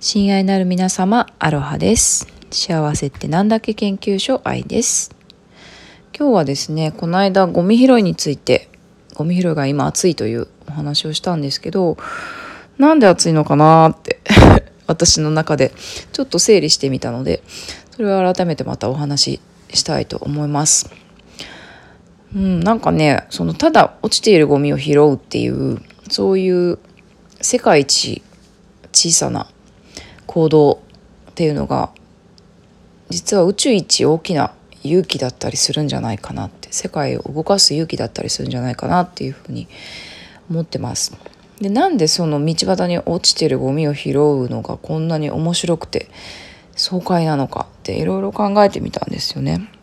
親愛なる皆様、アロハです。幸せってなんだっけ研究所愛です。今日はですね、この間ゴミ拾いについて、ゴミ拾いが今暑いというお話をしたんですけど、なんで暑いのかなって私の中でちょっと整理してみたので、それを改めてまたお話ししたいと思います。なんかね、ただ落ちているゴミを拾うっていう、そういう世界一小さな行動っていうのが実は宇宙一大きな勇気だったりするんじゃないかなって、世界を動かす勇気だったりするんじゃないかなっていうふうに思ってます。で、なんでその道端に落ちてるゴミを拾うのがこんなに面白くて爽快なのかっていろいろ考えてみたんですよね。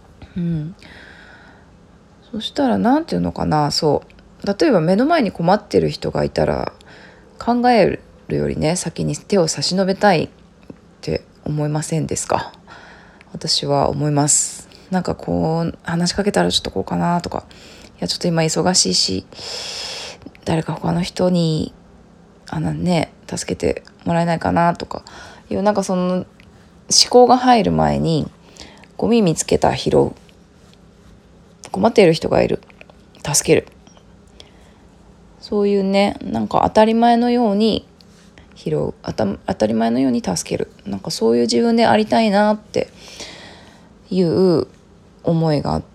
そしたらなんていうのかな、例えば目の前に困ってる人がいたら考えるよりね、先に手を差し伸べたいって思いませんですか？私は思います。なんか話しかけたらちょっとこうかなとか、いやちょっと今忙しいし誰か他の人に助けてもらえないかなとかいう、なんかその思考が入る前にゴミ見つけたら拾う、困っている人がいる助ける、そういうね、なんか当たり前のように拾う、当たり前のように助ける、なんかそういう自分でありたいなっていう思いがあって、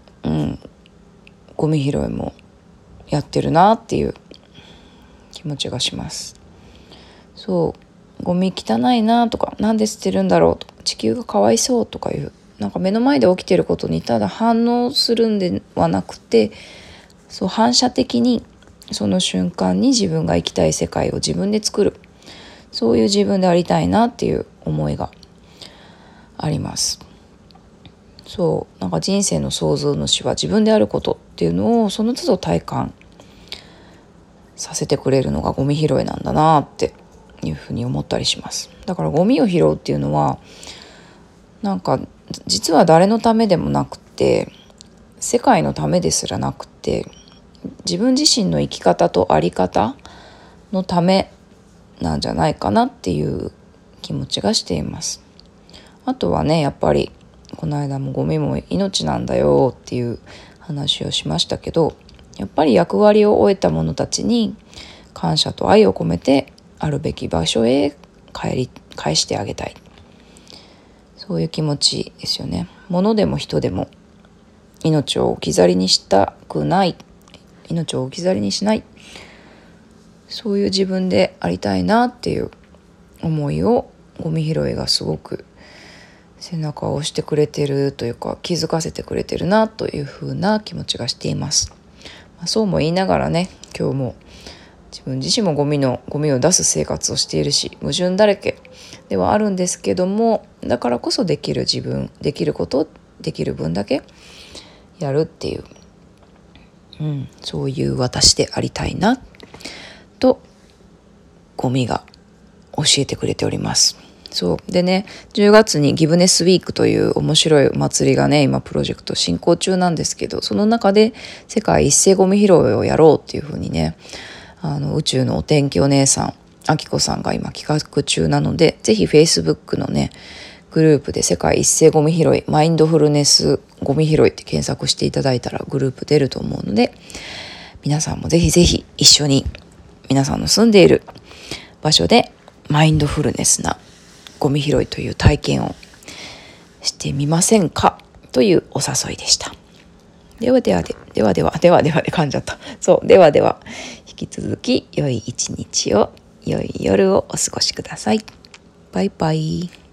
ゴミ拾いもやってるなっていう気持ちがします。ゴミ汚いなとか、なんで捨てるんだろうとか、地球がかわいそうとかいう、なんか目の前で起きてることにただ反応するんではなくて、反射的にその瞬間に自分が生きたい世界を自分で作る、そういう自分でありたいなっていう思いがあります。なんか人生の創造主は自分であることっていうのをその都度体感させてくれるのがゴミ拾いなんだなっていうふうに思ったりします。だからゴミを拾うっていうのはなんか実は誰のためでもなくて、世界のためですらなくて、自分自身の生き方と在り方のためなんじゃないかなっていう気持ちがしています。あとはね、やっぱりこの間もゴミも命なんだよっていう話をしましたけど、やっぱり役割を終えた者たちに感謝と愛を込めてあるべき場所へ返してあげたい、そういう気持ちですよね。物でも人でも命を置き去りにしたくない、命を置き去りにしない、そういう自分でありたいなっていう思いをゴミ拾いがすごく背中を押してくれてるというか、気づかせてくれてるなというふうな気持ちがしています。そうも言いながらね、今日も自分自身もゴミを出す生活をしているし、矛盾だらけではあるんですけども、だからこそできる自分、できることをできる分だけやるっていう、そういう私でありたいなとゴミが教えてくれております。でね、10月にギブネスウィークという面白いお祭りがね、今プロジェクト進行中なんですけど、その中で世界一斉ゴミ拾いをやろうっていう風にね、宇宙のお天気お姉さんあきこさんが今企画中なので、ぜひ Facebook のねグループで世界一斉ゴミ拾い、マインドフルネスゴミ拾いって検索していただいたらグループ出ると思うので、皆さんもぜひぜひ一緒に皆さんの住んでいる場所でマインドフルネスなゴミ拾いという体験をしてみませんかというお誘いでした。では噛んじゃった。ではでは引き続き良い一日を、良い夜をお過ごしください。バイバイ。